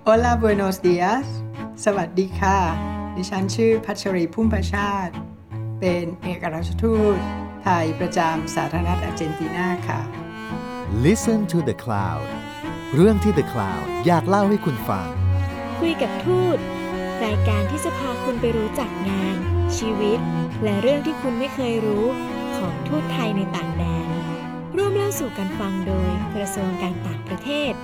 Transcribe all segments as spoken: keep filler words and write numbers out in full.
Hola buenos días สวัสดีค่ะดิฉันชื่อพัชรีพุ่มประชาติเป็นเอกอัครราชทูตไทยประจำสาธารณรัฐอาร์เจนตินาค่ะ Listen to the Cloud เรื่องที่ The Cloud อยากเล่าให้คุณฟังคุยกับทูตรายการที่จะพาคุณไปรู้จักงานชีวิตและเรื่องที่คุณไม่เคยรู้ของทูตไทยในต่างแดนร่วมเล่าสู่กันฟังโดยกระทรวงการต่างประเทศ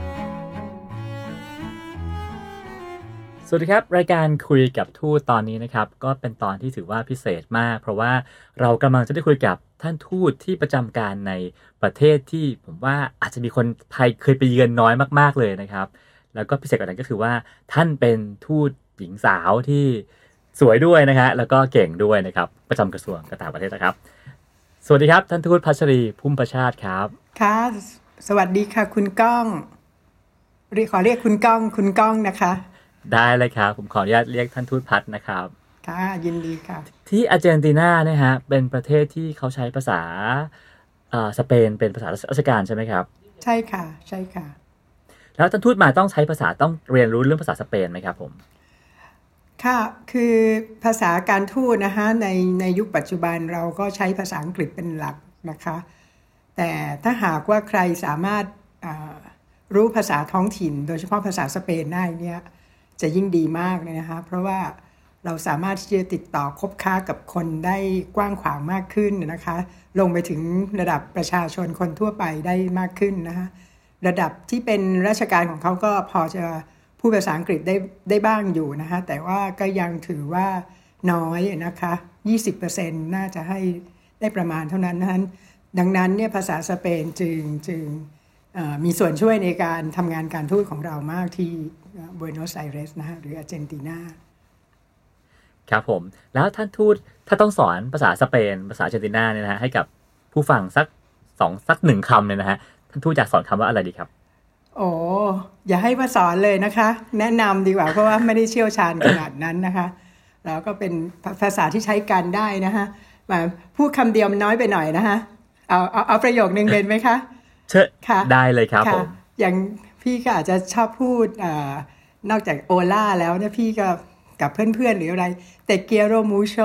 สวัสดีครับรายการคุยกับทูตตอนนี้นะครับก็เป็นตอนที่ถือว่าพิเศษมากเพราะว่าเรากำลังจะได้คุยกับท่านทูตที่ประจำการในประเทศที่ผมว่าอาจจะมีคนไทยเคยไปเยือนน้อยมากๆเลยนะครับแล้วก็พิเศษกว่านั้นก็คือว่าท่านเป็นทูตหญิงสาวที่สวยด้วยนะฮะแล้วก็เก่งด้วยนะครับประจำกระทรวงการต่างประเทศนะครับสวัสดีครับท่านทูตพัชรีพุ่มประชาติครับค่ะสวัสดีค่ะคุณก้องเรียกขอเรียกคุณก้องคุณก้องนะคะได้เลยครับผมขออนุญาตเรียกท่านทูตพัฒนะครับค่ะยินดีค่ะที่อาร์เจนตินาเนี่ยฮะเป็นประเทศที่เขาใช้ภาษาสเปนเป็นภาษาราชการใช่ไหมครับใช่ค่ะใช่ค่ะแล้วท่านทูตมาต้องใช้ภาษาต้องเรียนรู้เรื่องภาษาสเปนไหมครับผมค่ะคือภาษาการทูตนะคะในในยุคปัจจุบันเราก็ใช้ภาษาอังกฤษเป็นหลักนะคะแต่ถ้าหากว่าใครสามารถรู้ภาษาท้องถิ่นโดยเฉพาะภาษาสเปนได้เนี่ยจะยิ่งดีมากเลยนะคะเพราะว่าเราสามารถที่จะติดต่อคบค้ากับคนได้กว้างขวางมากขึ้นนะคะลงไปถึงระดับประชาชนคนทั่วไปได้มากขึ้นนะคะระดับที่เป็นราชการของเขาก็พอจะพูดภาษาอังกฤษได้ได้บ้างอยู่นะคะแต่ว่าก็ยังถือว่าน้อยนะคะ ยี่สิบเปอร์เซ็นต์ น่าจะให้ได้ประมาณเท่านั้นนั้นดังนั้นเนี่ยภาษาสเปนจึงจึงมีส่วนช่วยในการทำงานการทูตของเรามากที่บัวโนสไอเรสนะฮะหรืออาร์เจนตินาครับผมแล้วท่านทูตถ้าต้องสอนภาษาสเปนภาษาอาร์เจนตินาเนี่ยนะฮะให้กับผู้ฟังสักสองสักหนึ่งคำเนี่ยนะฮะท่านทูตอยากสอนคำว่าอะไรดีครับโอ้อย่าให้มาสอนเลยนะคะแนะนำดีกว่าเพราะว่าไม่ได้เชี่ยวชาญขนาดนั้นนะคะแล้วก็เป็นภาษาที่ใช้กันได้นะคะมาพูดคำเดียวมันน้อยไปหน่อยนะคะเอาเอาเอาประโยคนึงเป็นไหมคะเชิญได้เลยครับผมอย่างพี่ก็อาจจะชอบพูดอ่านอกจากโอล่าแล้วเนี่ยพี่ก็กับเพื่อนๆหรืออะไรแต่เกียโรมูโช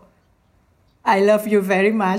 I love you very much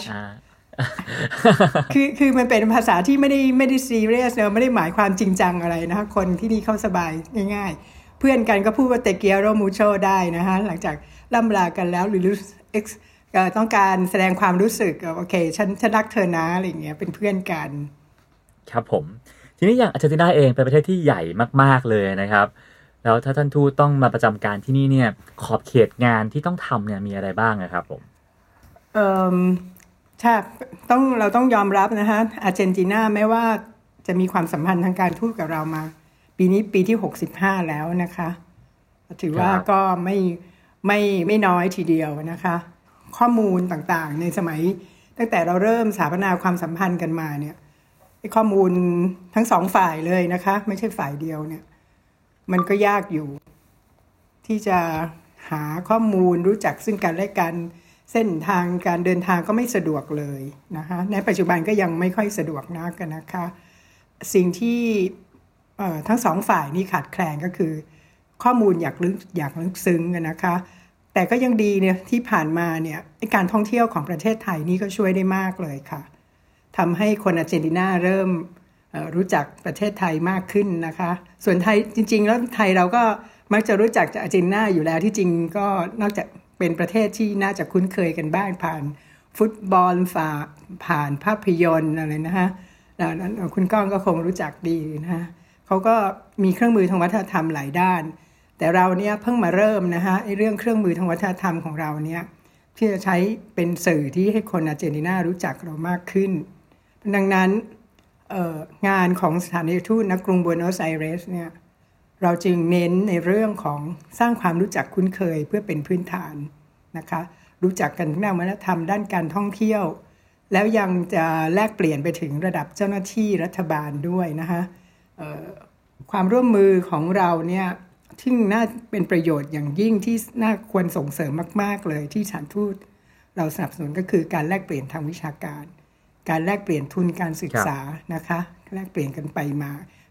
คือคือมันเป็นภาษาที่ไม่ได้ไม่ได้ซีเรียสเนอะไม่ได้หมายความจริงจังอะไรนะคะคนที่นี่เขาสบายง่ายๆเพื่อนกันก็พูดว่าแต่เกียโรมูโชได้นะคะหลังจากล่ำลากันแล้วหรือต้องการแสดงความรู้สึกโอเคฉันฉันรักเธอนะอะไรอย่างเงี้ยเป็นเพื่อนกันครับผมทีนี้อย่างอาร์เจนตินาเองเป็นประเทศที่ใหญ่มากๆเลยนะครับแล้วถ้าท่านทูตต้องมาประจำการที่นี่เนี่ยขอบเขตงานที่ต้องทำเนี่ยมีอะไรบ้างนะครับผมเอ่อใช่ต้องเราต้องยอมรับนะฮะอาร์เจนตินาไม่ว่าจะมีความสัมพันธ์ทางการทูตกับเรามาปีนี้ปีที่หกสิบห้าแล้วนะคะถือว่าก็ไม่ไม่ไม่น้อยทีเดียวนะคะข้อมูลต่างๆในสมัยตั้งแต่เราเริ่มสถาปนาความสัมพันธ์กันมาเนี่ยข้อมูลทั้งสองฝ่ายเลยนะคะไม่ใช่ฝ่ายเดียวเนี่ยมันก็ยากอยู่ที่จะหาข้อมูลรู้จักซึ่งกันและกันเส้นทางการเดินทางก็ไม่สะดวกเลยนะคะในปัจจุบันก็ยังไม่ค่อยสะดวกนักกันนะคะสิ่งที่ทั้งสองฝ่ายนี้ขาดแคลนก็คือข้อมูลอยากลึกอยากลึกซึ้งนะคะแต่ก็ยังดีเนี่ยที่ผ่านมาเนี่ยการท่องเที่ยวของประเทศไทยนี่ก็ช่วยได้มากเลยค่ะทำให้คนอาร์เจนตินาเริ่มรู้จักประเทศไทยมากขึ้นนะคะส่วนไทยจริงๆแล้วไทยเราก็มักจะรู้จักจากอาร์เจนตินาอยู่แล้วที่จริงก็นอกจากเป็นประเทศที่น่าจะคุ้นเคยกันบ้างผ่านฟุตบอลฝ่าผ่านภาพยนตร์อะไรนะฮะแล้วคุณก้องก็คงรู้จักดีนะฮะเขาก็มีเครื่องมือทางวัฒนธรรมหลายด้านแต่เราเนี่ยเพิ่งมาเริ่มนะฮะไอ้เรื่องเครื่องมือทางวัฒนธรรมของเราเนี่ยที่จะใช้เป็นสื่อที่ให้คนอาร์เจนตินารู้จักเรามากขึ้นดังนั้นงานของสถานทูตณกรุงบัวโนสไอเรสเนี่ยเราจึงเน้นในเรื่องของสร้างความรู้จักคุ้นเคยเพื่อเป็นพื้นฐานนะคะรู้จักกันทางด้านวัฒนธรรมด้านการท่องเที่ยวแล้วยังจะแลกเปลี่ยนไปถึงระดับเจ้าหน้าที่รัฐบาลด้วยนะคะความร่วมมือของเราเนี่ยที่น่าเป็นประโยชน์อย่างยิ่งที่น่าควรส่งเสริมมากๆเลยที่สถานทูตเราสนับสนุนก็คือการแลกเปลี่ยนทางวิชาการการแลกเปลี่ยนทุนการศึกษานะคะแลกเปลี่ยนกันไปมา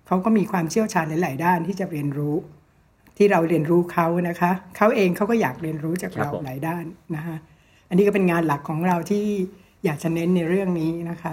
เขาก็มีความเชี่ยวชาญหลายๆด้านที่จะเรียนรู้ที่เราเรียนรู้เขานะคะเขาเองเขาก็อยากเรียนรู้จากเราหลายด้านนะคะอันนี้ก็เป็นงานหลักของเราที่อยากจะเน้นในเรื่องนี้นะคะ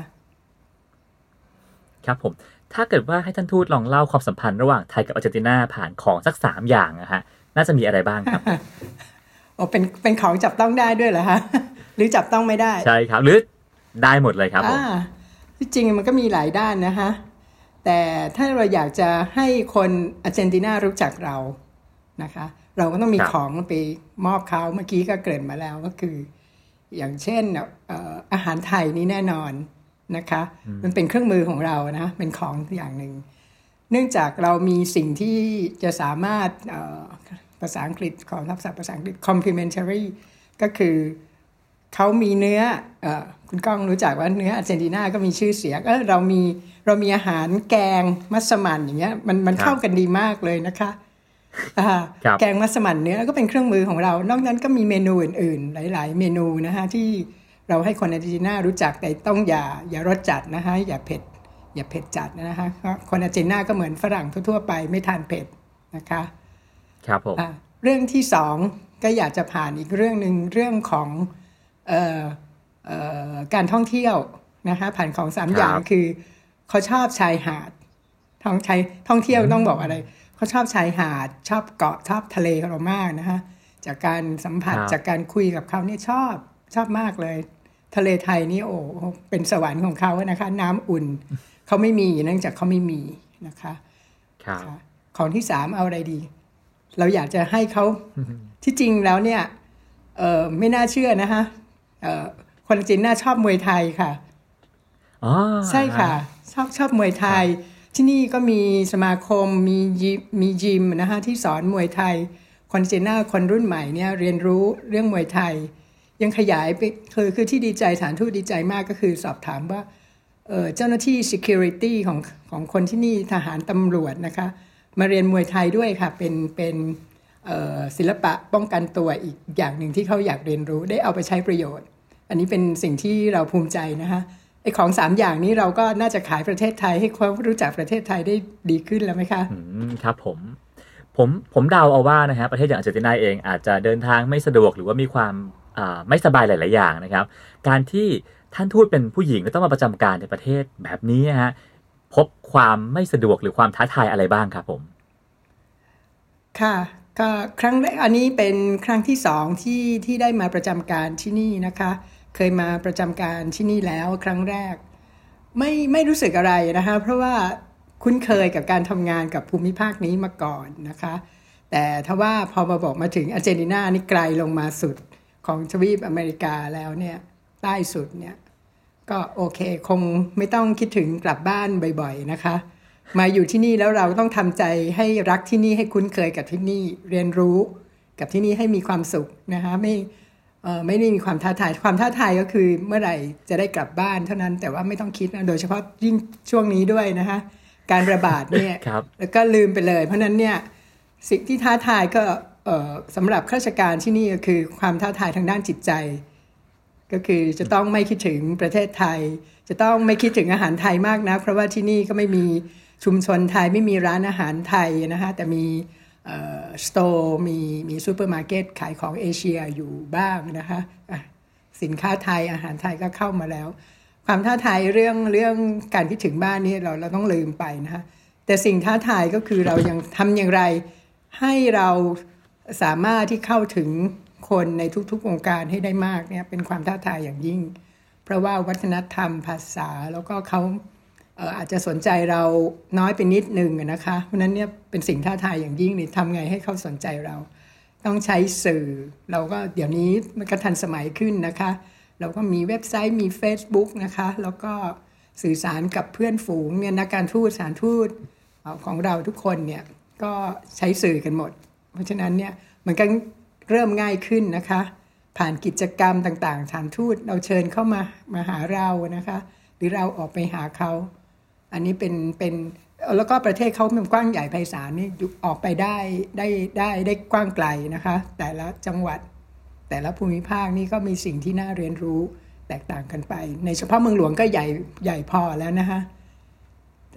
ครับผมถ้าเกิดว่าให้ท่านทูตลองเล่าความสัมพันธ์ระหว่างไทยกับอาร์เจนตินาผ่านของสักสามอย่างนะฮะน่าจะมีอะไรบ้างครับโอ้เป็นเป็นของจับต้องได้ด้วยเหรอคะ หรือจับต้องไม่ได้ใช่ครับหรือได้หมดเลยครับผมที่จริงมันก็มีหลายด้านนะคะแต่ถ้าเราอยากจะให้คนอาร์เจนตินารู้จักเรานะคะเราก็ต้องมีของไปมอบเขาเมื่อกี้ก็เกริ่นมาแล้วก็คืออย่างเช่นอาหารไทยนี่แน่นอนนะคะมันเป็นเครื่องมือของเรานะเป็นของอย่างหนึ่งเนื่องจากเรามีสิ่งที่จะสามารถภาษาอังกฤษขอรับศัพท์ภาษาอังกฤษ complementary ก็คือเขามีเนื้อเอ่อคุณก้องรู้จักว่าเนื้ออาร์เจนตินาก็มีชื่อเสียงเออเรามีเรามีอาหารแกงมัสมั่นอย่างเงี้ยมันมันเข้ากันดีมากเลยนะคะแกงมัสมั่นเนื้อก็เป็นเครื่องมือของเรานอกนั้นก็มีเมนูอื่นๆหลายๆเมนูนะคะที่เราให้คนอาร์เจนตินารู้จักแต่ต้องอย่าอย่ารสจัดนะคะอย่าเผ็ดอย่าเผ็ดจัดนะคะคนอาร์เจนตินาก็เหมือนฝรั่งทั่วๆไปไม่ทานเผ็ดนะคะครับผมเรื่องที่สองก็อยากจะผ่านอีกเรื่องนึงเรื่องของเอ่อเอ่อการท่องเที่ยวนะคะผ่านของสามอย่างคือเขาชอบชายหาดท่องใช้ท่องเที่ยวต้องบอกอะไรเขาชอบชายหาดชอบเกาะชอบทะเลเรามากนะคะจากการสัมผัสจากการคุยกับเขาเนี่ยชอบชอบมากเลยทะเลไทยนี่โอ้เป็นสวรรค์ของเขานะคะน้ำอุ่นเขาไม่มีเนื่องจากเขาไม่มีนะคะของที่สามเอาอะไรดีเราอยากจะให้เขาที่จริงแล้วเนี่ยเออไม่น่าเชื่อนะคะเออคนจีนน่าชอบมวยไทยค่ะอ๋อใช่ค่ะชอบชอบมวยไทยที่นี่ก็มีสมาคมมีมียิมนะคะที่สอนมวยไทยคนจีนน่าคนรุ่นใหม่เนี่ยเรียนรู้เรื่องมวยไทยยังขยายไปคือคือที่ดีใจสถานทูตดีใจมากก็คือสอบถามว่าเออเจ้าหน้าที่ security ของของคนที่นี่ทหารตำรวจนะคะมาเรียนมวยไทยด้วยค่ะเป็นเป็นศิลปะป้องกันตัวอีกอย่างหนึ่งที่เขาอยากเรียนรู้ได้เอาไปใช้ประโยชน์อันนี้เป็นสิ่งที่เราภูมิใจนะคะไอ้ของสามอย่างนี้เราก็น่าจะขายประเทศไทยให้คนรู้จักประเทศไทยได้ดีขึ้นแล้วไหมคะอืมครับผมผมผมเดาเอาว่านะฮะประเทศอย่างอาร์เจนตินาเองอาจจะเดินทางไม่สะดวกหรือว่ามีความไม่สบายหลายๆอย่างนะครับการที่ท่านทูตเป็นผู้หญิงและต้องมาประจำการในประเทศแบบนี้ฮะพบความไม่สะดวกหรือความท้าทายอะไรบ้างครับผมค่ะก็ครั้งแรกอันนี้เป็นครั้งที่สองที่ที่ได้มาประจำการที่นี่นะคะเคยมาประจำการที่นี่แล้วครั้งแรกไม่ไม่รู้สึกอะไรนะคะเพราะว่าคุ้นเคยกับการทำงานกับภูมิภาคนี้มาก่อนนะคะแต่ถ้าว่าพอมาบอกมาถึงอาร์เจนตินานี่ไกลลงมาสุดของทวีปอเมริกาแล้วเนี่ยใต้สุดเนี่ยก็โอเคคงไม่ต้องคิดถึงกลับบ้านบ่อยๆนะคะมาอยู่ที่นี่แล้วเราต้องทำใจให้รักที่นี่ให้คุ้นเคยกับที่นี่เรียนรู้กับที่นี่ให้มีความสุขนะคะไม่เอ่อไม่ได้มีความท้าทายความท้าทายก็คือเมื่อไหร่จะได้กลับบ้านเท่านั้นแต่ว่าไม่ต้องคิดนะโดยเฉพาะยิ่งช่วงนี้ด้วยนะคะการระบาดเนี่ยแล้วก็ลืมไปเลยเพราะนั้นเนี่ยสิ่งที่ท้าทายก็เอ่อสำหรับข้าราชการที่นี่ก็คือความท้าทายทางด้านจิตใจก็คือจะต้องไม่คิดถึงประเทศไทยจะต้องไม่คิดถึงอาหารไทยมากนะเพราะว่าที่นี่ก็ไม่มีชุมชนไทยไม่มีร้านอาหารไทยนะคะแต่มีสโตร์มีมีซูเปอร์มาร์เก็ตขายของเอเชียอยู่บ้างนะคะสินค้าไทยอาหารไทยก็เข้ามาแล้วความท้าทายเรื่องเรื่องการคิดถึงบ้านนี่เราเราต้องลืมไปนะคะแต่สิ่งท้าทายก็คือเรายังทำอย่างไรให้เราสามารถที่เข้าถึงคนในทุกๆวงการให้ได้มากเนี่ยเป็นความท้าทายอย่างยิ่งเพราะว่าวัฒนธรรมภาษาแล้วก็เขาอาจจะสนใจเราน้อยไปนิดนึงนะคะเพราะนั้นเนี่ยเป็นสิ่งท้าทายอย่างยิ่งนี่ทำไงให้เขาสนใจเราต้องใช้สื่อเราก็เดี๋ยวนี้มันก็ทันสมัยขึ้นนะคะเราก็มีเว็บไซต์มี Facebook นะคะแล้วก็สื่อสารกับเพื่อนฝูงเนี่ยนักการทูตสถานทูตของเราทุกคนเนี่ยก็ใช้สื่อกันหมดเพราะฉะนั้นเนี่ยมันก็เริ่มง่ายขึ้นนะคะผ่านกิจกรรมต่างๆสถานทูตเราเชิญเข้ามามาหาเรานะคะหรือเราออกไปหาเขาอันนี้เป็นเป็นแล้วก็ประเทศเขามันกว้างใหญ่ไพศาลนี่ออกไปได้ได้ได้ได้กว้างไกลนะคะแต่ละจังหวัดแต่ละภูมิภาคนี่ก็มีสิ่งที่น่าเรียนรู้แตกต่างกันไปในเฉพาะเมืองหลวงก็ใหญ่ใหญ่พอแล้วนะคะ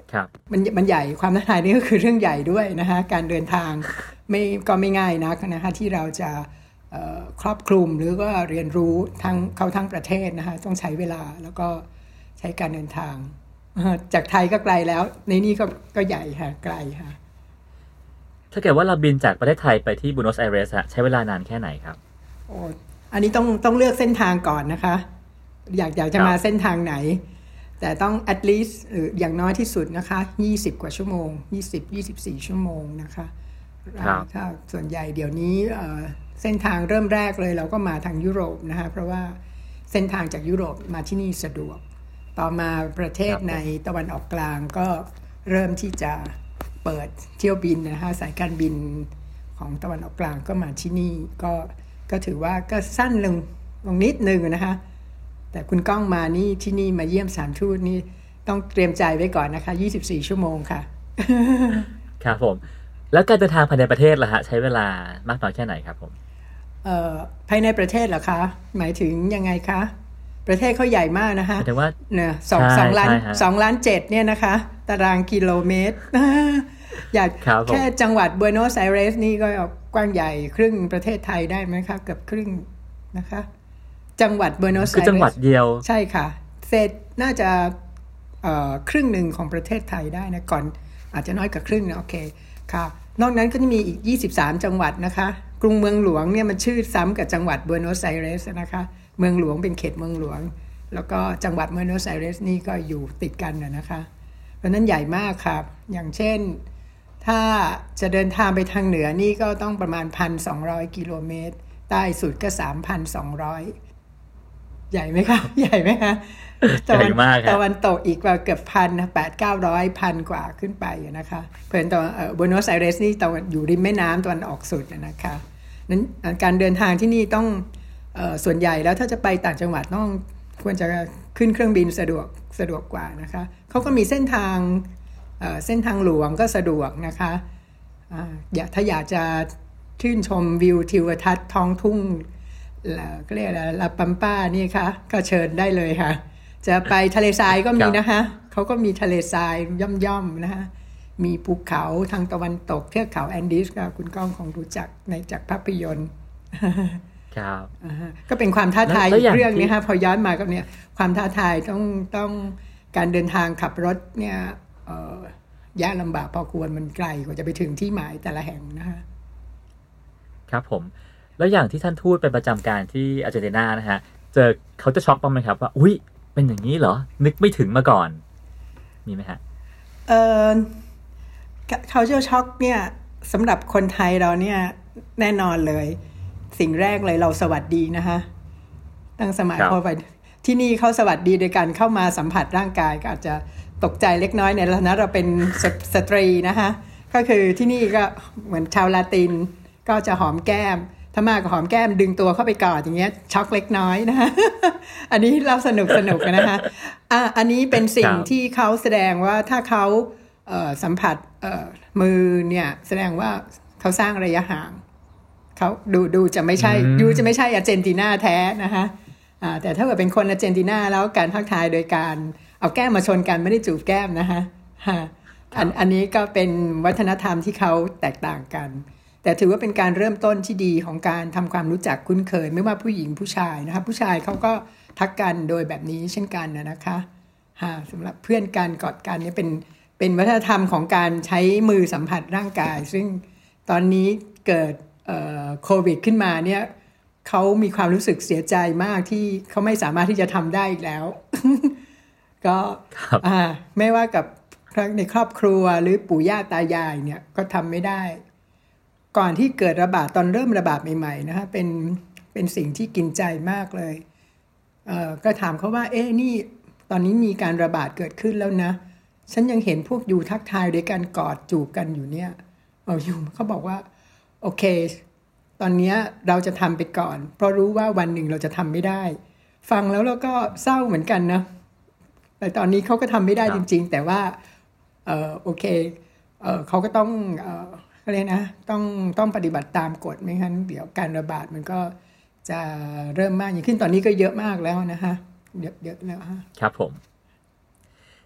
ครับมันมันใหญ่ความท้าทายนี่ก็คือเรื่องใหญ่ด้วยนะคะการเดินทางไม่ก็ไม่ง่ายนักนะคะที่เราจะครอบคลุมหรือก็เรียนรู้ทั้งเขาทั้งประเทศนะคะต้องใช้เวลาแล้วก็ใช้การเดินทางจากไทยก็ไกลแล้วในนี่ก็ก็ใหญ่ค่ะไกลค่ะถ้าเกิดว่าเราบินจากประเทศไทยไปที่บูโนสไอเรสใช้เวลานานแค่ไหนครับโอ้อันนี้ต้องต้องเลือกเส้นทางก่อนนะคะอยากอยากจะมาเส้นทางไหนแต่ต้อง at least หรืออย่างน้อยที่สุดนะคะยี่สิบกว่าชั่วโมงยี่สิบ ยี่สิบสี่ชั่วโมงนะคะถ้าส่วนใหญ่เดี๋ยวนี้เส้นทางเริ่มแรกเลยเราก็มาทางยุโรปนะคะเพราะว่าเส้นทางจากยุโรปมาที่นี่สะดวกต่อมาประเทศในตะวันออกกลางก็เริ่มที่จะเปิดเที่ยวบินนะคะสายการบินของตะวันออกกลางก็มาที่นี่ก็ก็ถือว่าก็สั้นลงลงนิดนึงนะคะแต่คุณก้องมานี่ที่นี่มาเยี่ยมสถานทูตนี่ต้องเตรียมใจไว้ก่อนนะคะยี่สิบสี่ชั่วโมงค่ะครับผมแล้วการเดินทางภายในประเทศล่ะฮะใช้เวลามากน้อยแค่ไหนครับผมเอ่อภายในประเทศเหรอคะหมายถึงยังไงคะประเทศเขาใหญ่มากนะคะแต่ว่าเนี่ยสองสองล้านสองล้านเจ็ดเนี่ยนะคะตารางกิโลเมตรอยากแค่จังหวัดบัวโนสไอเรสนี่ก็กว้างใหญ่ครึ่งประเทศไทยได้ไหมคะเกือบครึ่งนะคะจังหวัดบัวโนสไอเรสคือจังหวัดเดียวใช่ค่ะเศษน่าจะเอ่อครึ่งหนึ่งของประเทศไทยได้นะก่อนอาจจะน้อยกว่าครึ่งนะโอเคค่ะนอกนั้นก็จะมีอีกยี่สิบสามจังหวัดนะคะกรุงเมืองหลวงเนี่ยมันชื่อซ้ำกับจังหวัดบัวโนสไอเรสนะคะเมืองหลวงเป็นเขตเมืองหลวงแล้วก็จังหวัดบัวโนสไอเรสนี่ก็อยู่ติดกันนะคะเพราะนั้นใหญ่มากครับอย่างเช่นถ้าจะเดินทางไปทางเหนือนี่ก็ต้องประมาณ หนึ่งพันสองร้อย กิโลเมตรใต้สุดก็ สามพันสองร้อย ใหญ่ไหมคะใหญ่ไหมคะใหญ่มากครับตะวันตกอีกว่าเกือบพันนะแปดเก้าร้อยพันกว่าขึ้นไปนะคะเพื่อนตะวันเอ่อบัวโนสไอเรสนี่ตะวันอยู่ริมแม่น้ำตะวันออกสุดนะคะนั้นการเดินทางที่นี่ต้องเอ่อส่วนใหญ่แล้วถ้าจะไปต่างจังหวัดต้องควรจะขึ้นเครื่องบินสะดวกสะดวกกว่านะคะเขาก็มีเส้นทางเอ่อเส้นทางหลวงก็สะดวกนะคะอ่าอยากถ้าอยากจะชื่นชมวิวทิวทัศน์ท้องทุ่งก็เรียกอะไรลาปัมป้านี่ค่ะก็เชิญได้เลยค่ะจะไปทะเลทรายก็มีนะคะเขาก็มีทะเลทรายย่อมๆนะคะมีภูเขาทางตะวันตกเทือกเขาแอนดีสค่ะคุณก้องคงรู้จักในจากภาพยนตร์ครับก็เป็นความท้าทายอีกเรื่องนี้ค่ะพอย้อนมากับเนี่ยความท้าทายต้องต้องการเดินทางขับรถเนี่ยเอ่อยากลำบากพอควรมันไกลกว่าจะไปถึงที่หมายแต่ละแห่งนะคะครับผมแล้วอย่างที่ท่านทูตไปประจำการที่อาร์เจนตินานะฮะเจอเขาจะช็อกบ้างไหมครับว่าอุ๊ยเป็นอย่างนี้เหรอนึกไม่ถึงมาก่อนมีไหมฮะเออเขาจะช็อกเนี่ยสำหรับคนไทยเราเนี่ยแน่นอนเลยสิ่งแรกเลยเราสวัสดีนะคะตั้งสมัยพอไปที่นี่เขาสวัสดีโดยการเข้ามาสัมผัสร่างกายก็อาจจะตกใจเล็กน้อยในฐานะเราเป็นสตรีนะคะก็คือที่นี่ก็เหมือนชาวลาตินก็จะหอมแก้มถ้ามากกว่าหอมแก้มดึงตัวเข้าไปกอดอย่างเงี้ยช็อกเล็กน้อยนะคะอันนี้เราสนุกสนุกนะคะอ่ะอันนี้เป็นสิ่งที่เขาแสดงว่าถ้าเขาเอ่อสัมผัสเอ่อมือเนี่ยแสดงว่าเขาสร้างระยะห่างเขาดูดูจะไม่ใช่ดูจะไม่ใช่อาร์เจนตินาแท้นะคะอ่าแต่ถ้าเกิดเป็นคนอาร์เจนตินาแล้วการทักทายโดยการเอาแก้มมาชนกันไม่ได้จูบแก้มนะคะอันอันนี้ก็เป็นวัฒนธรรมที่เขาแตกต่างกันแต่ถือว่าเป็นการเริ่มต้นที่ดีของการทำความรู้จักคุ้นเคยไม่ว่าผู้หญิงผู้ชายนะคะผู้ชายเขาก็ทักกันโดยแบบนี้เช่นกันนะคะสำหรับเพื่อนกันกอดกันนี่เป็นเป็นวัฒนธรรมของการใช้มือสัมผัสร่างกายซึ่งตอนนี้เกิดโควิดขึ้นมาเนี่ยเขามีความรู้สึกเสียใจมากที่เขาไม่สามารถที่จะทำได้อีกแล้ว ก็ไม่ว่ากับในครอบครัวหรือปู่ย่าตายายเนี่ยก็ทำไม่ได้ก่อนที่เกิดระบาดตอนเริ่มระบาดใหม่ๆนะคะเป็นเป็นสิ่งที่กินใจมากเลยเอ่อก็ถามเขาว่าเอ๊ะนี่ตอนนี้มีการระบาดเกิดขึ้นแล้วนะฉันยังเห็นพวกยูทักทายด้วยกันกอดจูบกันอยู่เนี่ยเอาอยู่เขาบอกว่าโอเคตอนนี้เราจะทำไปก่อนเพราะรู้ว่าวันหนึ่งเราจะทำไม่ได้ฟังแล้วเราก็เศร้าเหมือนกันนะแต่ตอนนี้เขาก็ทำไม่ได้จริงๆแต่ว่าเอ่อโอเคเอ่อเขาก็ต้องเอ่อก็เลยนะต้องต้องปฏิบัติตามกฎไม่งั้นเดี๋ยวการระบาดมันก็จะเริ่มมากยิ่งขึ้นตอนนี้ก็เยอะมากแล้วนะคะเยอะเยอะแล้วฮะครับผม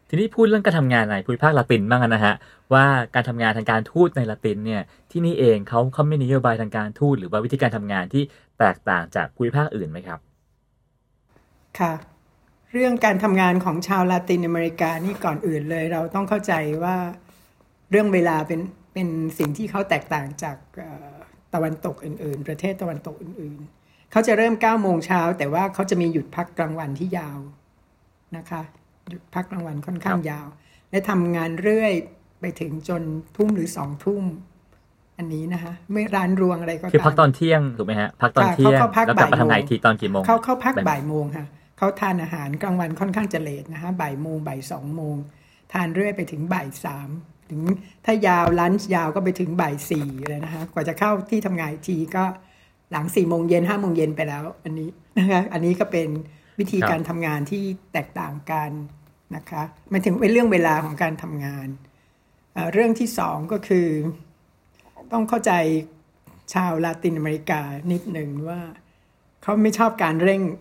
ทีนี้พูดเรื่องการทำงานในภูมิภาคละตินบ้างนะฮะว่าการทำงานทางการทูตในละตินเนี่ยที่นี่เองเขาเขามีนโยบายทางการทูตหรือว่าวิธีการทำงานที่แตกต่างจากภูมิภาคอื่นไหมครับค่ะเรื่องการทำงานของชาวลาตินอเมริกานี่ก่อนอื่นเลยเราต้องเข้าใจว่าเรื่องเวลาเป็นเป็นสิ่งที่เขาแตกต่างจากตะวันตกอื่นๆประเทศตะวันตกอื่นๆเขาจะเริ่มเก้าโมงเช้าแต่ว่าเขาจะมีหยุดพักกลางวันที่ยาวนะคะหยุดพักกลางวันค่อนข้างยาวและทำงานเรื่อยไปถึงจนทุ่มหรือสองทุ่มอันนี้นะคะไม่ร้านรวงอะไรก็ตามคือพักตอนเที่ยงถูกไหมฮะพักตอนเที่ยงแล้วกลับมาทำงานทีตอนกี่โมงเขาเขาพักบ่ายโมงค่ะเขาทานอาหารกลางวันค่อนข้างจะเลทนะคะบ่ายโมงบ่ายสองโมงทานเรื่อยไปถึงบ่ายสามถึงถ้ายาวลันช์ยาวก็ไปถึงบ่ายสี่เลยนะคะกว่าจะเข้าที่ทำงานทีก็หลังสี่โมงเย็นห้าโมงเย็นไปแล้วอันนี้นะคะอันนี้ก็เป็นวิธีการทำงานที่แตกต่างกันนะคะหมายถึงเป็นเรื่องเวลาของการทำงานเรื่องที่สองก็คือต้องเข้าใจชาวลาตินอเมริกานิดหนึ่งว่าเขาไม่ชอบการเร่ง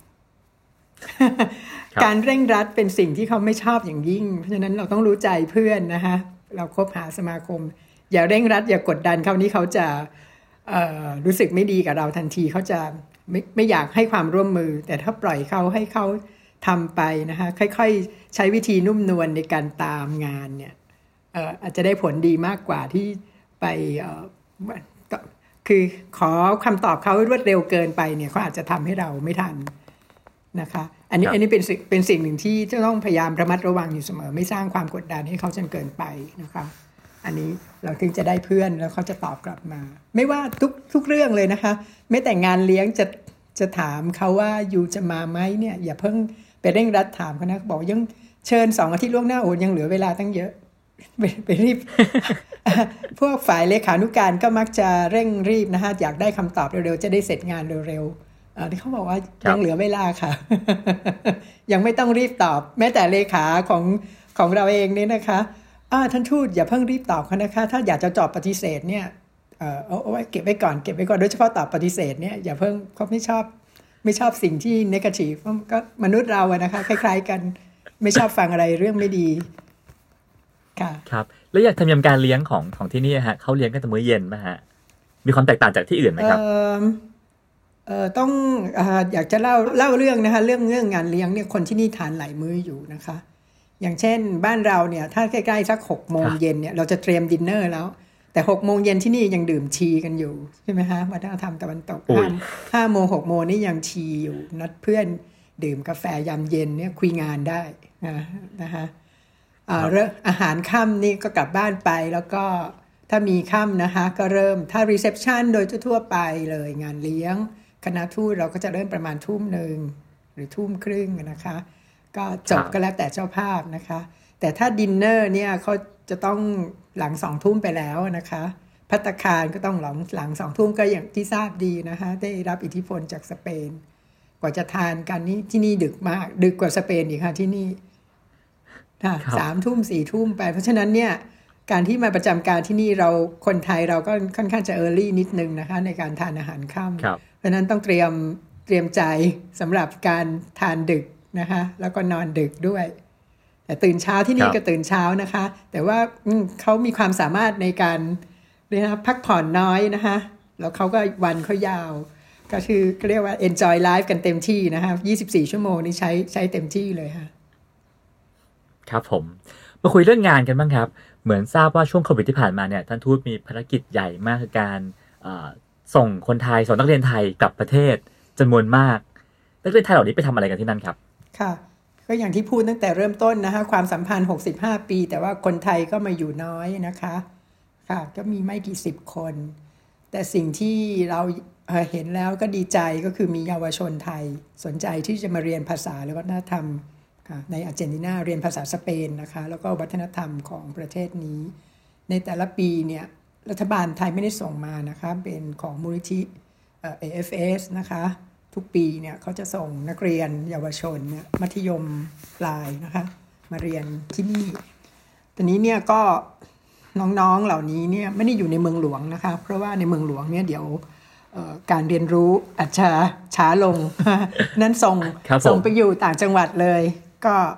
การเร่งรัดเป็นสิ่งที่เขาไม่ชอบอย่างยิ่งเพราะฉะนั้นเราต้องรู้ใจเพื่อนนะคะเราคบหาสมาคมอย่าเร่งรัดอย่ากดดันเขานี้เขาจะรู้สึกไม่ดีกับเราทันทีเขาจะไม่ไม่อยากให้ความร่วมมือแต่ถ้าปล่อยเขาให้เขาทำไปนะคะค่อยๆใช้วิธีนุ่มนวลในการตามงานเนี่ยอาจจะได้ผลดีมากกว่าที่ไปคือขอคำตอบเขารวดเร็วเกินไปเนี่ยเขาอาจจะทำให้เราไม่ทันนะคะอันนี้อันนี้เป็นเป็นสิ่งหนึ่งที่จะต้องพยายามระมัดระวังอยู่เสมอไม่สร้างความกดดันให้เขาจนเกินไปนะคะอันนี้เราถึงจะได้เพื่อนแล้วเขาจะตอบกลับมาไม่ว่าทุกทุกเรื่องเลยนะคะไม่แต่งานเลี้ยงจะจะถามเขาว่าอยู่จะมาไหมเนี่ยอย่าเพิ่งไปเร่งรัดถามเขานะบอกยังเชิญสองอาทิตย์ล่วงหน้าโอ้ยังเหลือเวลาตั้งเยอะไปไปรีบ พวกฝ่ายเลขานุการก็มักจะเร่งรีบนะคะอยากได้คำตอบเร็วๆจะได้เสร็จงานเร็วๆที่เขาบอกว่ายังเหลือเวลาค่ะ ยังไม่ต้องรีบตอบแม้แต่เลขาของของเราเองเนี่ยนะคะท่านทูตอย่าเพิ่งรีบตอบเขานะคะถ้าอยากจะตอบปฏิเสธเนี่ยเอาเอาไว้เก็บไว้ก่อนเก็บไว้ก่อนโดยเฉพาะตอบปฏิเสธเนี่ยอย่าเพิ่งเขาไม่ชอบไม่ชอบสิ่งที่ negative ก็มนุษย์เราอะนะคะคล้ายๆกันไม่ชอบฟังอะไรเรื่องไม่ดีค่ะครับแล้วอยากทำยำการเลี้ยงของของที่นี่ฮะเขาเลี้ยงกันแต่มื้อเย็นไหมฮะมีความแตกต่างจากที่อื่นไหมครับเออเออต้องอ่าอยากจะเล่าเล่าเรื่องนะคะเรื่องเรื่องงานเลี้ยงเนี่ยคนที่นี่ทานหลายมื้ออยู่นะคะอย่างเช่นบ้านเราเนี่ยถ้าใกล้ๆสักหกโมงเย็นเนี่ยเราจะเตรียมดินเนอร์แล้วแต่หกโมงเย็นที่นี่ยังดื่มชีกันอยู่ใช่ไหมคะวัฒนธรรมตะวันตกห้าโมงหกโมงนี่ยังชีอยู่นัดเพื่อนดื่มกาแฟยามเย็นเนี่ยคุยงานได้นะคะอาหารค่ำนี่ก็กลับบ้านไปแล้วก็ถ้ามีค่ำนะคะก็เริ่มถ้ารีเซพชันโดยทั่วไปเลยงานเลี้ยงคณะทูตเราก็จะเริ่มประมาณทุ่มหนึ่งหรือทุ่มครึ่งนะคะก็จบก็แล้วแต่เจ้าภาพนะคะแต่ถ้าดินเนอร์เนี่ยเขาจะต้องหลังสองทุ่มไปแล้วนะคะภัตตาคารก็ต้องหลังหลังสองทุ่มก็อย่างที่ทราบดีนะคะได้รับอิทธิพลจากสเปนกว่าจะทานกันนี่ที่นี่ดึกมากดึกกว่าสเปนอีกค่ะที่นี่สามทุ่มสี่ทุ่มไปเพราะฉะนั้นเนี่ยการที่มาประจำการที่นี่เราคนไทยเราก็ค่อนข้างจะเออร์ลี่นิดนึงนะคะในการทานอาหารค่ำเพราะฉะนั้นต้องเตรียมเตรียมใจสำหรับการทานดึกนะคะแล้วก็นอนดึกด้วยแต่ตื่นเช้าที่นี่ก็ตื่นเช้านะคะแต่ว่าเขามีความสามารถในการนะพักผ่อนน้อยนะคะแล้วเขาก็วันเขายาวก็คือเรียกว่า enjoy life กันเต็มที่นะคะยี่สิบสี่ชั่วโมงนี้ใช้ใช้เต็มที่เลยค่ะครับผมมาคุยเรื่องงานกันบ้างครับเหมือนทราบว่าช่วงโควิดที่ผ่านมาเนี่ยท่านทูตมีภารกิจใหญ่มากคือการส่งคนไทยส่งนักเรียนไทยกลับประเทศจำนวนมากนักเรียนไทยเหล่านี้ไปทำอะไรกันที่นั่นครับค่ะก็อย่างที่พูดตั้งแต่เริ่มต้นนะคะความสัมพันธ์หกสิบห้าปีแต่ว่าคนไทยก็มาอยู่น้อยนะคะค่ะก็มีไม่กี่สิบคนแต่สิ่งที่เราเห็นแล้วก็ดีใจก็คือมีเยาวชนไทยสนใจที่จะมาเรียนภาษาและวัฒนธรรมในอาร์เจนตินาเรียนภาษาสเปนนะคะแล้วก็วัฒนธรรมของประเทศนี้ในแต่ละปีเนี่ยรัฐบาลไทยไม่ได้ส่งมานะคะเป็นของมูลนิธิ เอ เอฟ เอส นะคะทุกปีเนี่ยเขาจะส่งนักเรียนเยาวชนเนี่ยมัธยมปลายนะคะมาเรียนที่นี่ตอนนี้เนี่ยก็น้องๆเหล่านี้เนี่ยไม่ได้อยู่ในเมืองหลวงนะคะเพราะว่าในเมืองหลวงเนี่ยเดี๋ยวการเรียนรู้อาจจะช้าลงนั้นส่งส่งไปอยู่ต่างจังหวัดเลยก็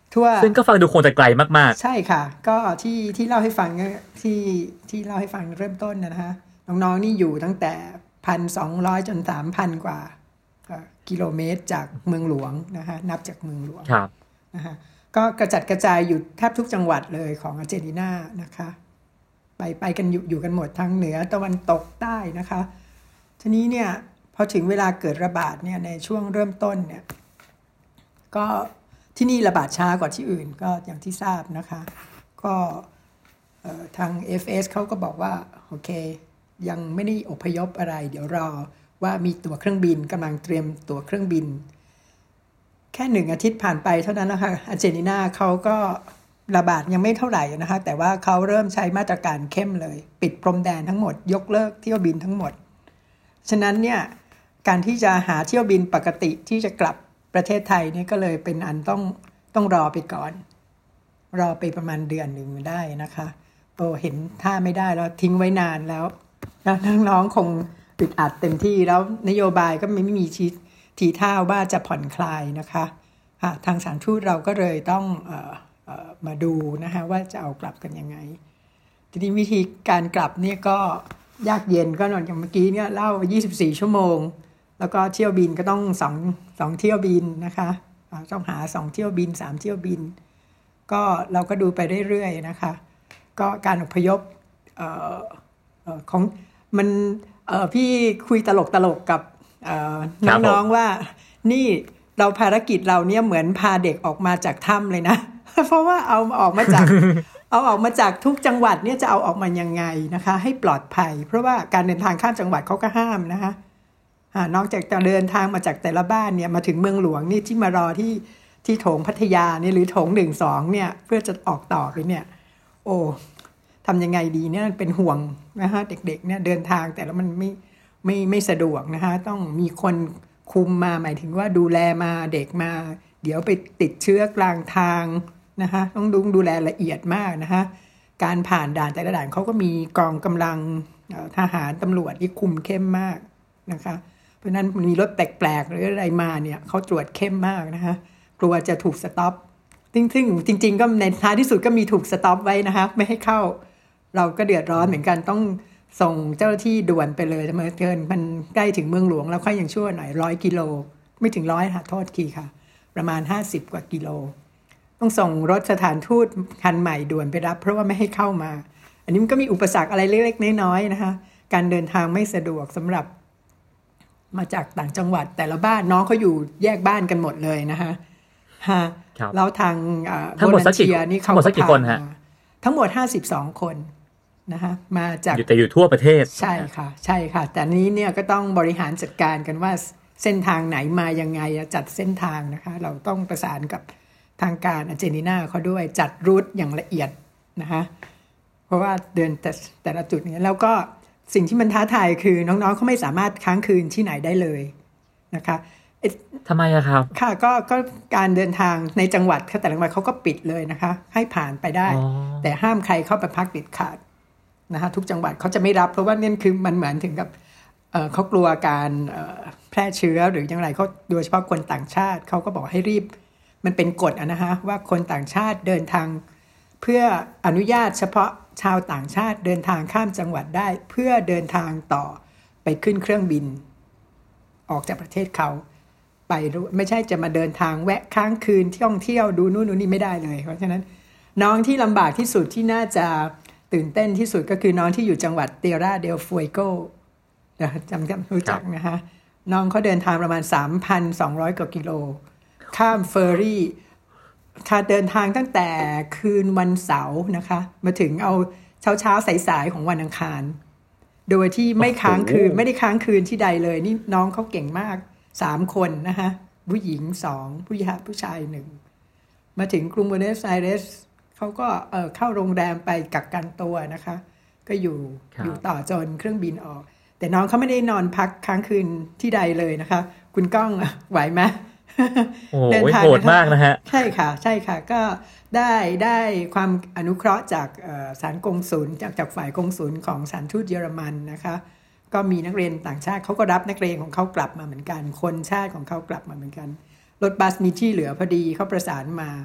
ทั่วซึ่งก็ฟังดูคงจะไกลมากๆใช่ค่ะก็ที่ที่เล่าให้ฟังที่ที่เล่าให้ฟังเริ่มต้นนะฮะน้องๆนี่อยู่ตั้งแต่ หนึ่งพันสองร้อย จน สามพัน กว่ากิโลเมตรจากเมืองหลวงนะคะนับจากเมืองหลวงครับนะคะก็กระจัดกระจายอยู่แทบทุกจังหวัดเลยของอาร์เจนตินานะคะไปไปกันอยู่อยู่กันหมดทั้งเหนือตะวันตกใต้นะคะทีนี้เนี่ยพอถึงเวลาเกิดระบาดเนี่ยในช่วงเริ่มต้นเนี่ยก็ที่นี่ระบาดช้ากว่าที่อื่นก็อย่างที่ทราบนะคะก็ทาง เอฟ เอส เขาก็บอกว่าโอเคยังไม่ได้อพยพอะไรเดี๋ยวรอว่ามีตั๋วเครื่องบินกำลังเตรียมตั๋วเครื่องบินแค่หนึ่งอาทิตย์ผ่านไปเท่านั้นนะคะอาร์เจนตินาเขาก็ระบาดยังไม่เท่าไหร่นะคะแต่ว่าเขาเริ่มใช้มาตรการเข้มเลยปิดพรมแดนทั้งหมดยกเลิกเที่ยวบินทั้งหมดฉะนั้นเนี่ยการที่จะหาเที่ยวบินปกติที่จะกลับประเทศไทยนี่ก็เลยเป็นอันต้องต้องรอไปก่อนรอไปประมาณเดือนหนึ่งได้นะคะโอ้เห็นท่าไม่ได้แล้วทิ้งไว้นานแล้วน้องๆคงอึดอัดเต็มที่แล้วนโยบายก็ไม่มีทีทีท่าว่าจะผ่อนคลายนะคะทางสถานทูตเราก็เลยต้องเอ่อเอ่อมาดูนะคะว่าจะเอากลับกันยังไงทีนี้วิธีการกลับเนี่ยก็ยากเย็นก็อย่างเมื่อกี้เนี่ยเล่ายี่สิบสี่ชั่วโมงแล้วก็เที่ยวบินก็ต้องสอง สองเที่ยวบินนะคะต้องหาสองเที่ยวบินสามเที่ยวบินก็เราก็ดูไปเรื่อยๆนะคะก็การอพยพเอ่อเอ่อของมันเอ่อพี่คุยตลกตลกกับเอ่อน้องๆว่านี่เราภารกิจเราเนี่ยเหมือนพาเด็กออกมาจากถ้ำเลยนะ เพราะว่าเอาออกมาจาก เอาออกมาจากทุกจังหวัดเนี่ยจะเอาออกมายังไงนะคะให้ปลอดภัยเพราะว่าการเดินทางข้ามจังหวัดเขาก็ห้ามนะคะนอกจากจะเดินทางมาจากแต่ละบ้านเนี่ยมาถึงเมืองหลวงนี่ที่มารอที่ที่โถงพัทยาเนี่ยหรือโถงหนึ่งสองเนี่ยเพื่อจะออกต่อไปเนี่ยโอ้ทำยังไงดีเนี่ยเป็นห่วงนะคะเด็กๆเนี่ยเดินทางแต่แล้วมันไม่ไม่ไม่สะดวกนะคะต้องมีคนคุมมาหมายถึงว่าดูแลมาเด็กมาเดี๋ยวไปติดเชื้อกลางทางนะคะต้องดูดูแลละเอียดมากนะคะการผ่านด่านแต่ละด่านเขาก็มีกองกำลังทหารตำรวจที่คุมเข้มมากนะคะเพราะนั้นมีรถแปลกๆหรืออะไรมาเนี่ยเขาตรวจเข้มมากนะคะกลัวจะถูกสต็อปซึ่งจริงๆก็ในท้ายที่สุดก็มีถูกสต็อปไว้นะคะไม่ให้เข้าเราก็เดือดร้อนเหมือนกันต้องส่งเจ้าหน้าที่ด่วนไปเลยเมื่อเกินมันใกล้ถึงเมืองหลวงแล้วค่อยยังชั่วหน่อยร้อยกิโลไม่ถึงร้อยค่ะโทษทีค่ะประมาณห้าสิบกว่ากิโลต้องส่งรถสถานทูตคันใหม่ด่วนไปรับเพราะว่าไม่ให้เข้ามาอันนี้มันก็มีอุปสรรคอะไรเล็กๆน้อยๆนะคะการเดินทางไม่สะดวกสำหรับมาจากต่างจังหวัดแต่ละบ้านน้องเขาอยู่แยกบ้านกันหมดเลยนะคะฮะแล้วทางทั้งหมดสักกี่นี่เขาสักกี่คนฮะทั้งหมดห้าสิบสองคนนะคะมาจากแต่อยู่ทั่วประเทศใช่ค่ะใช่ค่ะแต่นี้เนี่ยก็ต้องบริหารจัดการกันว่าเส้นทางไหนมายังไงจัดเส้นทางนะคะเราต้องประสานกับทางการอาร์เจนตินาเขาด้วยจัดรูทอย่างละเอียดนะคะเพราะว่าเดินแต่แต่ละจุดนี้แล้วก็สิ่งที่มันท้าทายคือน้องๆเขาไม่สามารถค้างคืนที่ไหนได้เลยนะคะทำไมอะครับค่ะก็ก็การเดินทางในจังหวัดแต่ละจังหวัดเขาก็ปิดเลยนะคะให้ผ่านไปได้แต่ห้ามใครเข้าไปพักเด็ดขาดนะคะทุกจังหวัดเขาจะไม่รับเพราะว่านี่คือมันเหมือนถึงกับ เอ่อ เขากลัวการแพร่เชื้อหรืออย่างไรเขาโดยเฉพาะคนต่างชาติเขาก็บอกให้รีบมันเป็นกฎอะนะคะว่าคนต่างชาติเดินทางเพื่ออนุญาตเฉพาะชาวต่างชาติเดินทางข้ามจังหวัดได้เพื่อเดินทางต่อไปขึ้นเครื่องบินออกจากประเทศเขาไปไม่ใช่จะมาเดินทางแวะค้างคืนท่องเที่ยวดูนู่นดูนี่ไม่ได้เลยเพราะฉะนั้นน้องที่ลำบากที่สุดที่น่าจะตื่นเต้นที่สุดก็คือน้องที่อยู่จังหวัดเตราเดลฟูเโกจำจำรู้จักนะคะน้องเขาเดินทางประมาณ สามพันสองร้อย กว่ากิโลข้ามเฟอร์รี่ค่ะเดินทางตั้งแต่คืนวันเสาร์นะคะมาถึงเอาเช้าเช้าสายๆของวันอังคารโดยที่ไม่ค้างคืนไม่ได้ค้างคืนที่ใดเลยนี่น้องเขาเก่งมากสามคนนะคะผู้หญิงสองผู้ชายผู้ชายหนึ่งมาถึงกรุงบูเนสไอเรสเขาก็เอ่อเข้าโรงแรมไปกักกันตัวนะคะก็อยู่อยู่ต่อจนเครื่องบินออกแต่น้องเขาไม่ได้นอนพักค้างคืนที่ใดเลยนะคะคุณก้องไหวไหมโอ้โหโหดมากนะฮะใช่ค่ะใช่ค่ะก็ได้ได้ความอนุเคราะห์จากศาลกงสุลจากจากฝ่ายกงสุลของศาลทูตเยอรมันนะคะก็มีนักเรียนต่างชาติเขาก็รับนักเรียนของเขากลับมาเหมือนกันคนชาติของเขากลับมาเหมือนกันรถบัสมีที่เหลือพอดีเขาประสานมา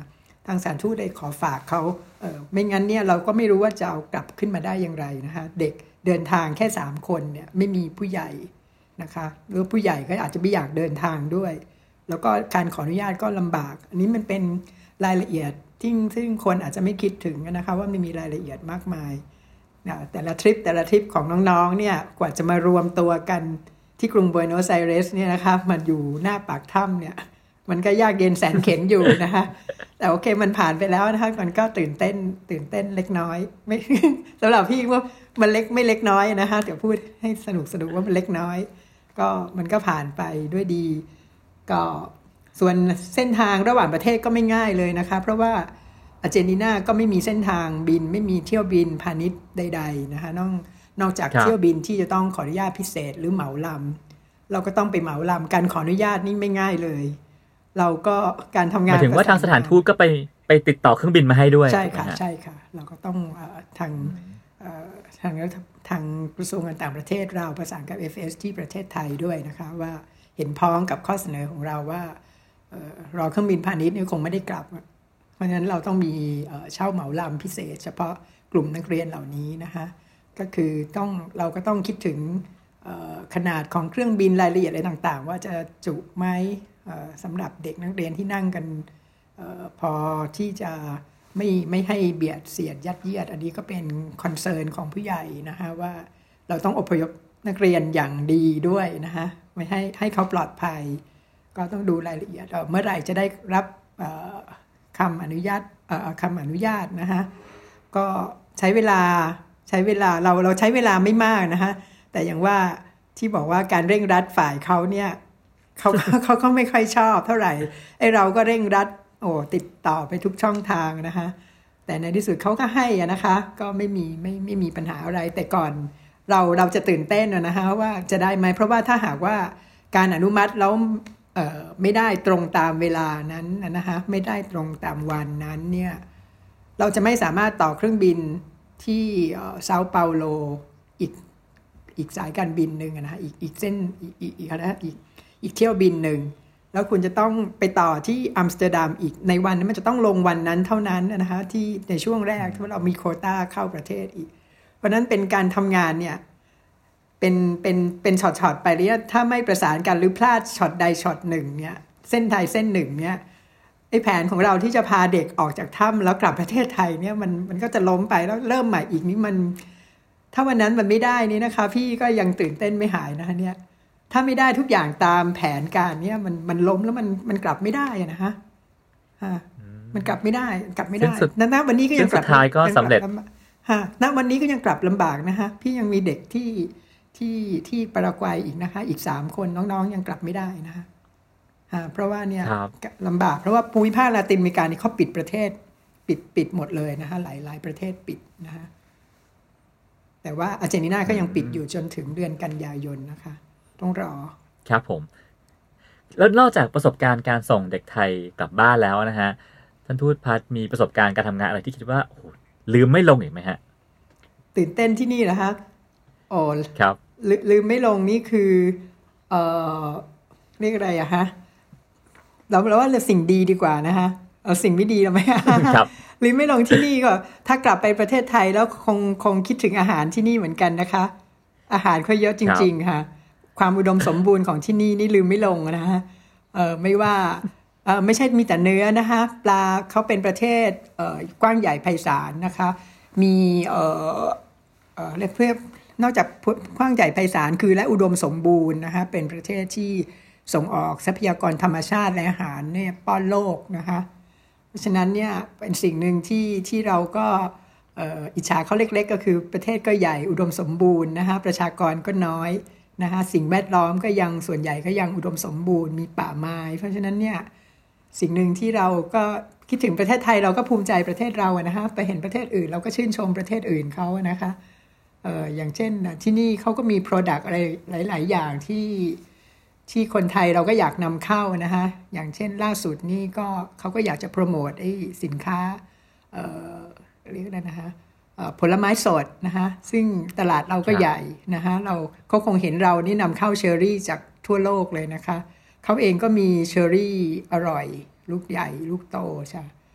ทางสถานทูตได้ขอฝากเขาเออไม่งั้นเนี่ยเราก็ไม่รู้ว่าจะเอากลับขึ้นมาได้อย่างไรนะคะเด็กเดินทางแค่สามคนเนี่ยไม่มีผู้ใหญ่นะคะหรือผู้ใหญ่ก็อาจจะไม่อยากเดินทางด้วยแล้วก็การขออนุญาตก็ลำบากอันนี้มันเป็นรายละเอียดที่ซึ่งคนอาจจะไม่คิดถึงนะคะว่ามันมีรายละเอียดมากมายนะแต่ละทริปแต่ละทริปของน้องๆเนี่ยกว่าจะมารวมตัวกันที่กรุงบัวโนสไอเรสเนี่ยนะคะมันอยู่หน้าปากถ้ำเนี่ยมันก็ยากเย็นแสนเข็ญอยู่นะคะแต่โอเคมันผ่านไปแล้วนะคะมันก็ตื่นเต้นตื่นเต้นเล็กน้อยไม่สำหรับพี่ว่ามันเล็กไม่เล็กน้อยนะคะเดี๋ยวพูดให้สนุกสนุกว่ามันเล็กน้อยก็มันก็ผ่านไปด้วยดีก็ส่วนเส้นทางระหว่างประเทศก็ไม่ง่ายเลยนะคะเพราะว่าอาร์เจนตินาก็ไม่มีเส้นทางบินไม่มีเที่ยวบินพาณิชย์ใดๆนะคะนอกนอกจากเที่ยวบินที่จะต้องขออนุญาตพิเศษหรือเหมาลำเราก็ต้องไปเหมาลำการขออนุญาตนี่ไม่ง่ายเลยเราก็การทำงานหมายถึงว่าทางสถานทูตก็ไปไปติดต่อเครื่องบินมาให้ด้วยใช่ค่ะใช่ค่ะเราก็ต้องทางทางทางกระทรวงการต่างประเทศเราประสานกับ เอฟ เอส ที่ประเทศไทยด้วยนะคะว่าเห็นพ้องกับข้อเสนอของเราว่ารอเครื่องบินพาณิชย์นี่คงไม่ได้กลับเพราะฉะนั้นเราต้องมีเช่าเหมาลำพิเศษเฉพาะกลุ่มนักเรียนเหล่านี้นะคะก็คือต้องเราก็ต้องคิดถึงขนาดของเครื่องบินรายละเอียดอะไรต่างๆว่าจะจุไหมสำหรับเด็กนักเรียนที่นั่งกันพอที่จะไม่ไม่ให้เบียดเสียดยัดเยียดอันนี้ก็เป็นคอนเซิร์นของผู้ใหญ่นะคะว่าเราต้องอพยพนักเรียนอย่างดีด้วยนะคะไม่ให้ให้เขาปลอดภัยก็ต้องดูรายละเอียดเมื่อไหร่จะได้รับคำอนุญาตคำอนุญาตนะคะก็ใช้เวลาใช้เวลาเราเราใช้เวลาไม่มากนะคะแต่อย่างว่าที่บอกว่าการเร่งรัดฝ่ายเขาเนี่ยเขาเขาเขาไม่ค่อยชอบเท่าไหร่ไอ้เราก็เร่งรัดโอ้ติดต่อไปทุกช่องทางนะคะแต่ในที่สุดเขาก็ให้นะคะก็ไม่มีไม่ไม่มีปัญหาอะไรแต่ก่อนเราเราจะตื่นเต้นนะคะว่าจะได้ไหมเพราะว่าถ้าหากว่าการอนุมัติแล้วเอ่อไม่ได้ตรงตามเวลานั้นนะคะไม่ได้ตรงตามวันนั้นเนี่ยเราจะไม่สามารถต่อเครื่องบินที่เซาเปาโลอีกอีกสายการบินหนึ่งนะคะอีกอีกเส้นอีกอีกอีกนะอีกอีกเที่ยวบินหนึ่งแล้วคุณจะต้องไปต่อที่อัมสเตอร์ดัมอีกในวันนั้นมันจะต้องลงวันนั้นเท่านั้นนะคะที่ในช่วงแรกที่เรามีโควต้าเข้าประเทศอีกเพราะนั้นเป็นการทำงานเนี่ยเป็นเป็นเป็นช็อตๆไปเนี่ยถ้าไม่ประสานกันหรือพลาดช็อตใดช็อตหนึ่งเนี่ยเส้นใดเส้นหนึ่งเนี่ยไอ้แผนของเราที่จะพาเด็กออกจากถ้ำแล้วกลับประเทศไทยเนี่ยมันมันก็จะล้มไปแล้วเริ่มใหม่อีกนี่มันถ้าวันนั้นมันไม่ได้นี่นะคะพี่ก็ยังตื่นเต้นไม่หายนะคะเนี่ยถ้าไม่ได้ทุกอย่างตามแผนการเนี่ยมันมันล้มแล้วมันมันกลับไม่ได้นะคะมันกลับไม่ได้กลับไม่ได้ณวันนี้ก็ยังกลับสุดท้ายก็สำเร็จฮะณวันนี้ก็ยังกลับลำบากนะคะพี่ยังมีเด็กที่ที่ที่ปารากวัยอีกนะคะอีกสามคนน้องๆยังกลับไม่ได้นะคะเพราะว่าเนี่ยลำบากเพราะว่าภูมิภาคลาตินอเมริกานี่เขาปิดประเทศปิดปิดหมดเลยนะคะหลายๆประเทศปิดนะคะแต่ว่าอาร์เจนตินาก็ยังปิดอยู่จนถึงเดือนกันยายนนะคะต้องรอครับผมแล้วนอกจากประสบการณ์การส่งเด็กไทยกลับบ้านแล้วนะฮะท่านทูตพัฒน์มีประสบการณ์การทำงานอะไรที่คิดว่าโอ้ลืมไม่ลงอีกไหมฮะตื่นเต้นที่นี่เหรอฮะโอ้ครับล, ลืมไม่ลงนี่คือเอ่อเรียกอะไรอะฮะเราเราว่าสิ่งดีดีกว่านะฮะเอาสิ่งไม่ดีเราไหมครับลืมไม่ลงที่นี่ก็ถ้ากลับไปประเทศไทยแล้วคงคงคิดถึงอาหารที่นี่เหมือนกันนะคะอาหารเขาเยอะจริงๆค่ะความอุดมสมบูรณ์ของที่นี่นี่ลืมไม่ลงนะฮะเออไม่ว่าเออไม่ใช่มีแต่เนื้อนะคะปลาเขาเป็นประเทศเอ่อกว้างใหญ่ไพศาลนะคะมีเอ่อเอ่อเรียกเพื่อนอกจากกว้างใหญ่ไพศาลคือและอุดมสมบูรณ์นะคะเป็นประเทศที่ส่งออกทรัพยากรธรรมชาติและอาหารเนี่ยป้อนโลกนะคะเพราะฉะนั้นเนี่ยเป็นสิ่งหนึ่งที่ที่เราก็เอ่ออิจฉาเขาเล็กๆก็คือประเทศก็ใหญ่อุดมสมบูรณ์นะคะประชากรก็น้อยนะคะสิ่งแวดล้อมก็ยังส่วนใหญ่ก็ยังอุดมสมบูรณ์มีป่าไม้เพราะฉะนั้นเนี่ยสิ่งหนึ่งที่เราก็คิดถึงประเทศไทยเราก็ภูมิใจประเทศเราอะนะคะไปเห็นประเทศอื่นเราก็ชื่นชมประเทศอื่นเขานะคะเอ่ออย่างเช่นที่นี่เขาก็มี product อะไรหลายๆอย่างที่ที่คนไทยเราก็อยากนำเข้านะคะอย่างเช่นล่าสุดนี่ก็เขาก็อยากจะโปรโมทไอ้สินค้าเอ่อเรียกอะไรนะคะผลไม้สดนะคะซึ่งตลาดเราก็ใหญ่นะคะเราเขาคงเห็นเรานี่นำเข้าเชอร์รี่จากทั่วโลกเลยนะคะเขาเองก็มีเชอร์รี่อร่อยลูกใหญ่ลูกโตใช่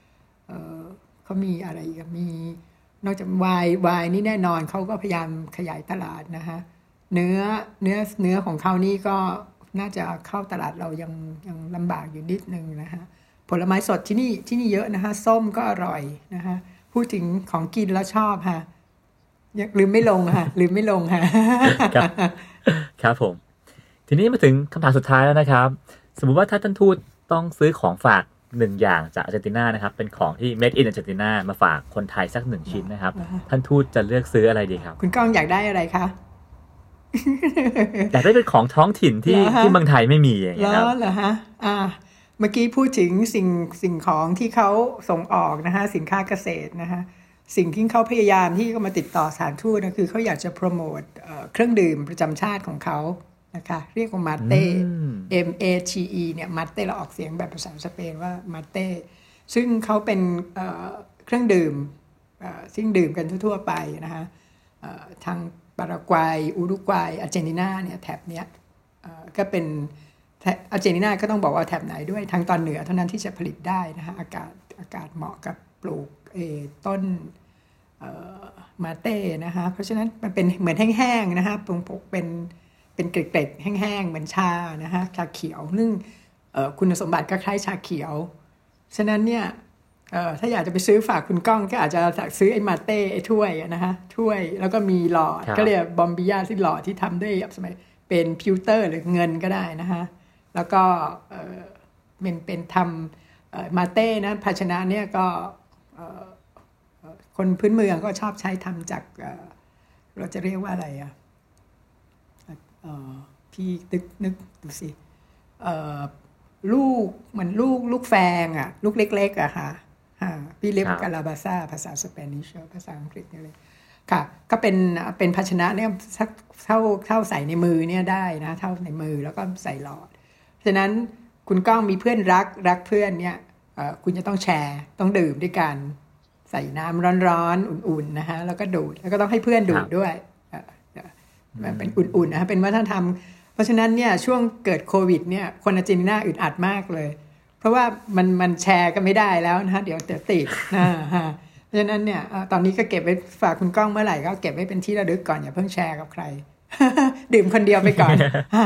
เออเขามีอะไรอีกมีนอกจากวายวายนี่แน่นอนเขาก็พยายามขยายตลาดนะคะเนื้อเนื้อเนื้อของเขานี่ก็น่าจะเข้าตลาดเรายังยังลำบากอยู่นิดนึงนะคะผลไม้สดที่นี่ที่นี่เยอะนะคะส้มก็อร่อยนะคะพูดถึงของกินแล้วชอบค่ะยังลืมไม่ลงค่ะลืมไม่ลงค่ะครับครับผมทีนี้มาถึงคำถามสุดท้ายแล้วนะครับสมมุติว่าถ้าท่านทูตต้องซื้อของฝากหนึ่งอย่างจากอาร์เจนตินานะครับเป็นของที่ made in อาร์เจนตินามาฝากคนไทยสักหนึ่งชิ้นนะครับท่านทูตจะเลือกซื้ออะไรดีครับคุณก้องอยากได้อะไรคะอยากได้เป็นของท้องถิ่นที่ที่เมืองไทยไม่มีอย่างเงี้ยครับเหรอฮะอ่าเมื่อกี้พูดถึงสิ่งสิ่งของที่เขาส่งออกนะคะสินค้าเกษตรนะคะสิ่งที่เขาพยายามที่เขามาติดต่อสถานทูตนะคือเขาอยากจะโปรโมทเครื่องดื่มประจำชาติของเขานะคะเรียกว่ามาเต้ M A T E เนี่ยมาเต้เราออกเสียงแบบภาษาสเปนว่ามาเต้ซึ่งเขาเป็นเครื่องดื่มซึ่งดื่มกันทั่วๆไปนะคะทางปารากวัยอุรุกวัยอาร์เจนตินาเนี่ยแถบเนี้ยก็เป็นอาร์เจนตินาก็ต้องบอกว่าแถบไหนด้วยทางตอนเหนือเท่านั้นที่จะผลิตได้นะคะอากาศอากาศเหมาะกับปลูกเอต้นมาเต้นะคะเพราะฉะนั้นมันเป็นเหมือนแห้งๆนะคะปลูกเป็นเป็นเกล็ดๆแห้งๆเหมือนชานะคะชาเขียวซึ่งคุณสมบัติก็คล้ายชาเขียวฉะนั้นเนี่ยถ้าอยากจะไปซื้อฝากคุณก้องก็อาจจะซื้อไอ้มาเต้ไอ้ถ้วยนะคะถ้วยแล้วก็มีหลอดก็เรียกบอมบิยาที่หลอดที่ทำด้วยสมัยเป็นพิวเตอร์หรือเงินก็ได้นะคะแล้วก็เป็นเป็นทำมาเต้นะภาชนะเนี่ยก็คนพื้นเมืองก็ชอบใช้ทำจากเราจะเรียกว่าอะไรอ่ะพี่นึกนึกดูสิลูกเหมือนลูกลูกแฟงอ่ะลูกเล็กๆอ่ะค่ะพี่เรียกว่ากาลาบาซ่าภาษาสเปนิชภาษาอังกฤษนี่เลยค่ะก็เป็นเป็นภาชนะเนี่ยสักเท่าเท่าใส่ในมือเนี่ยได้นะเท่าในมือแล้วก็ใส่หลอดฉะนั้นคุณก้องมีเพื่อนรักรักเพื่อนเนี่ยคุณจะต้องแชร์ต้องดื่มด้วยกันใส่น้ำร้อนๆอุ่นๆนะคะแล้วก็ดูดแล้วก็ต้องให้เพื่อนดูดด้วยมันเป็นอุ่นๆนะเป็นวัฒนธรรมเพราะฉะนั้นเนี่ยช่วงเกิดโควิดเนี่ยคนอาร์เจนตินาอึดอัดมากเลยเพราะว่ามันมันแชร์กันไม่ได้แล้วนะคะเดี๋ยวเดี๋ยวติดเพราะฉะนั้นเนี่ยตอนนี้ก็เก็บไว้ฝากคุณก้องเมื่อไหร่ก็เก็บไว้เป็นที่ระลึกก่อนอย่าเพิ่งแชร์กับใคร ดื่มคนเดียวไปก่อน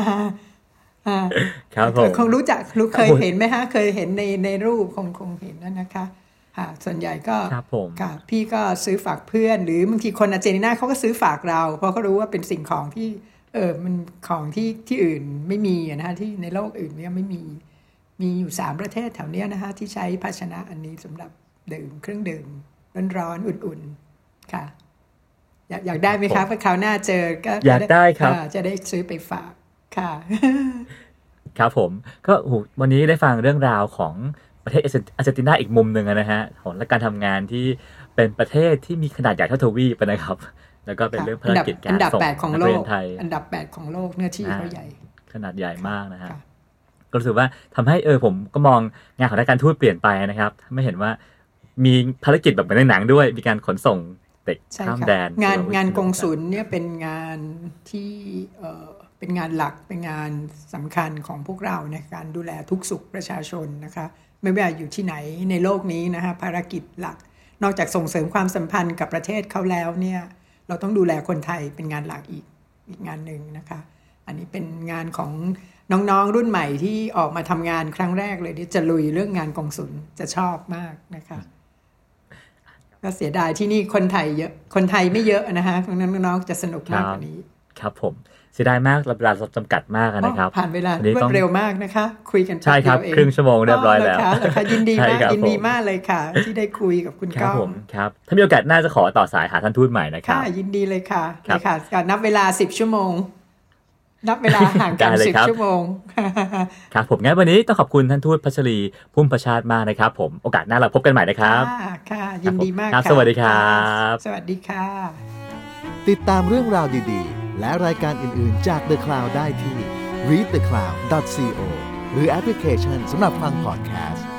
ครับผมคงรู้จักรู้เคยเห็นไหมฮะเคยเห็นในในรูปคงคงเห็นนั่นนะคะส่วนใหญ่ก็พี่ก็ซื้อฝากเพื่อนหรือบางทีคนอาร์เจนตินาเขาก็ซื้อฝากเราเพราะเขารู้ว่าเป็นสิ่งของที่เออมันของที่ที่อื่นไม่มีนะฮะที่ในโลกอื่นเนี่ยไม่มีมีอยู่สามประเทศแถวเนี้ยนะคะที่ใช้ภาชนะอันนี้สำหรับดื่มเครื่องดื่มร้อนๆอุ่นๆค่ะอยากอยากได้ไหมคะเพราะคราวหน้าเจอก็อยากได้ครับจะได้ซื้อไปฝากค่ะครับผมก็วันนี้ได้ฟังเรื่องราวของประเทศอาร์เจนตินาอีกมุมหนึ่งนะฮะของการทำงานที่เป็นประเทศที่มีขนาดใหญ่เท่าทวีปนะครับแล้วก็เป็นเรื่องภารกิจการส่งนักเรียนไทยอันดับแปดของโลกเนื้อที่เขาใหญ่ขนาดใหญ่มากนะฮะก็รู้สึกว่าทำให้เออผมก็มองงานของนักการทูตเปลี่ยนไปนะครับไม่เห็นว่ามีภารกิจแบบเหมือนในหนังด้วยมีการขนส่งเด็กข้ามแดนงานงานกงสุลเนี่ยเป็นงานที่เอ่อเป็นงานหลักเป็นงานสำคัญของพวกเราในการดูแลทุกสุขประชาชนนะคะไม่ว่าอยู่ที่ไหนในโลกนี้นะคะภารกิจหลักนอกจากส่งเสริมความสัมพันธ์กับประเทศเขาแล้วเนี่ยเราต้องดูแลคนไทยเป็นงานหลักอีกอีกงานหนึ่งนะคะอันนี้เป็นงานของน้องๆรุ่นใหม่ที่ออกมาทำงานครั้งแรกเลยที่จะลุยเรื่องงานกงสุลจะชอบมากนะคะก็เสียดายที่นี่คนไทยเยอะคนไทยไม่เยอะนะคะเพราะนั้นน้องๆจะสนุกมากกว่านี้ครับผมเสียดายมากเวลาจำกัดมากนะครับผ่านเวลารวดเร็วมากนะคะคุยกันใช่ครับครึ่งชั่วโมงเรียบร้อยแล้วค่ะยินดีมากยินดีมากเลยค่ะที่ได้คุยกับคุณก้องครับถ้ามีโอกาสน่าจะขอต่อสายหาท่านทูตใหม่นะครับค่ะยินดีเลยค่ะเลยค่ะนับเวลาสิบชั่วโมงนับเวลาห่างกันสิบชั่วโมงครับผมงั้นวันนี้ต้องขอบคุณท่านทูตพัชรีพุ่มประชาติมากนะครับผมโอกาสหน้าเราพบกันใหม่นะครับค่ะยินดีมากค่ะสวัสดีครับสวัสดีค่ะติดตามเรื่องราวดีๆและรายการอื่นๆจาก The Cloud ได้ที่ รีด เดอะ คลาวด์ ดอท ซี โอ หรือแอปพลิเคชันสำหรับฟังพอดแคสต์